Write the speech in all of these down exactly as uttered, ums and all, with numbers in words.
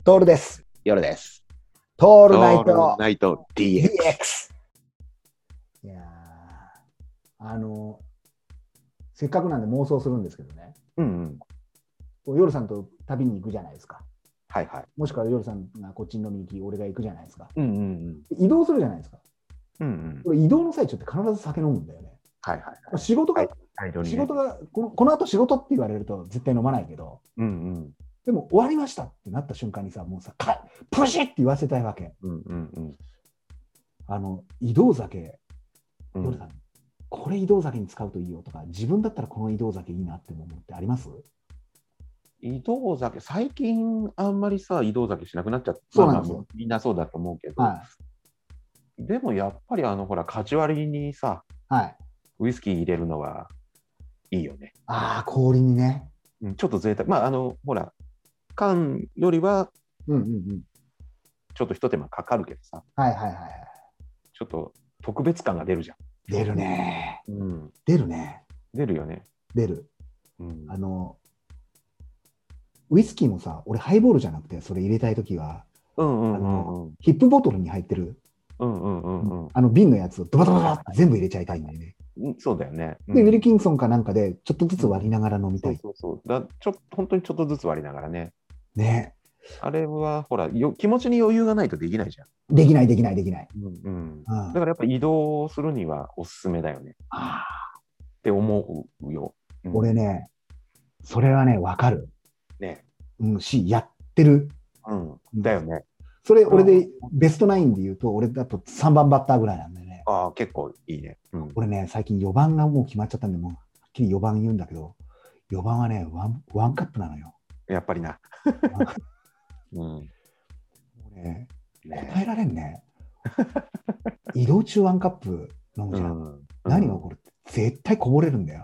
トールです。 夜です。 トールナイオールトナイト ディーエックス。 ディーエックス。いやー、あの、せっかくなんで妄想するんですけどね、 うんうん。 こう夜さんと旅に行くじゃないですか。 はいはい。 もしくは夜さんがこっちに飲みに行き、俺が行くじゃないですか。 うんうんうん。 移動するじゃないですか。 うんうん。 これ移動の最中って必ず酒飲むんだよね。 はいはいはい。 仕事が、 はい。大量にね。 仕事がこの、この後仕事って言われると絶対飲まないけど、 うんうん。 でも終わりましたってなった瞬間にさ、もうさ、かプシッって言わせたいわけ。 うんうんうん。 あの、移動酒、 うん夜さん、これ移動酒に使うといいよとか、自分だったらこの移動酒いいなって思うのってあります？ 移動酒、最近あんまりさ、移動酒しなくなっちゃった。 そうなんですよ。 まあまあ、みんなそうだと思うけど、 はでもやっぱりあの、ほら、カジュアルにさ、 い。はい。 ウイスキー入れるのはいいよね。 ああ、氷にね。 うん、ちょっと贅沢。まあ、あの、ほら、缶よりはうんうんうん。 ちょっと一手間かかるけどさ、 はいはいはいはい。 ちょっと特別感が出るじゃん。 出るね。 うん。 出るね。 出るよね。 出る。 うん。 あの、ウイスキーもさ、俺ハイボールじゃなくて、それ入れたいときは、 うんうんあの、 うんうん。 ヒップボトルに入ってる、 うんうんうんうん。 あの瓶のやつをドバドバドバって全部入れちゃいたいんだよね。 うんそうだよね。うで、ウィルん。 キンソンかなんかで、ちょっとずつうん割りながら飲みたそうい。 そうそう。だちょ本当にちょっとずつ割りながらね。 ね。 あれは、ほらよ、気持ちに余裕がないとできないじゃん。 できないできないできない。 うんうん。 うん。あだからやっぱ移動するにはおすすめだよね。 あ、 って思うよ。うん、 俺ね、それはね、わかる。 ね。 うん、し、やってる。 うん。 うん、 だよね。 それ、 これは、 俺でベストナインで言うと、俺だとさんばんバッターぐらいなんでね。 ああ、結構いいね。うん。 俺ね、最近よばんがもう決まっちゃったんで、もうはっきりよばん言うんだけど、よばんはね、ワン、ワンカップなのよ。 やっぱりな。うん。 もうね、答えね。 られんね。移動中ワンカップ飲むじゃん。 うん。 何が起こるって、絶対こぼれるんだよ。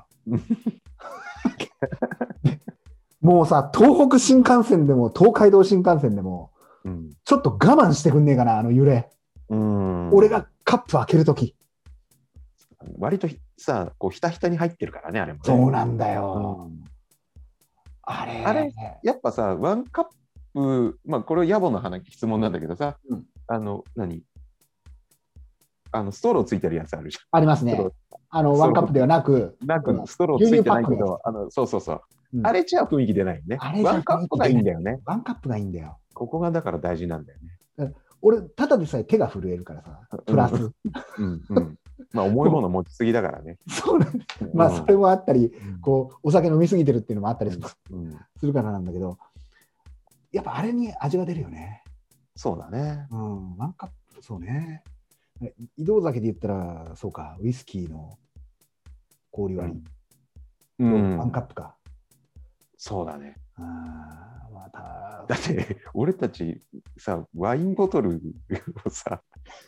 もうさ、東北新幹線でも東海道新幹線でも、 うん。 ちょっと我慢してくんねえかな、あの揺れ。 うん。 俺がカップ開けるとき。 割とさ、こうひたひたに入ってるからね、あれもね。 そうなんだよ。 うんあれあれ、やっぱさ、ワンカップ、まあ、これは野暮の話、質問なんだけどさ、 うん、 あの、何あの、ストローついてるやつあるじありますね。あの、ワンカップではなく、 ゃん。なんか、ストロー牛つい乳パックのやてないけど、あの、そうそうそう。 つ。うん、 あれじゃ雰囲気出ないよね。 あれじゃワンカップがいいんだよね。 ワンカップがいいんだよ。 ここがだから大事なんだよね。 俺、ただでさえ手が震えるからさ、プラス。 うんうんうん。まあ、重いもの持ちすぎだからね。 そうなんです。まあ、それもあったり、 うんこう、お酒飲みすぎてるっていうのもあったりすうんるからなんだけど、やっぱあれに味が出るよね。 そうだね。 うん、ワンカップ、そうね。移動酒で言ったら、そうか、ウイスキーの氷割り、 うん。 ワンカップか。 そうだね。 あまただって、俺たちさ、ワインボトルをさ、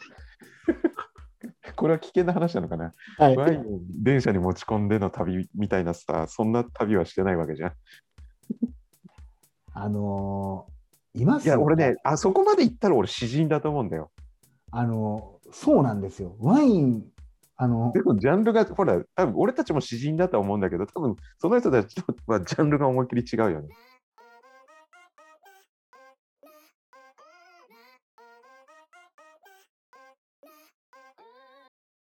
これは危険な話なのかな、 はい、 ワインを電車に持ち込んでの旅みたいなさ、そんな旅はしてないわけじゃん。 あのー、いますよ、 いや、俺ね、あそこまで行ったら俺詩人だと思うんだよ。 あのー、そうなんですよ。ワイン、あのでもジャンルが、ほら、多分俺たちも詩人だとは思うんだけど、多分その人たちとはジャンルが思いっきり違うよね。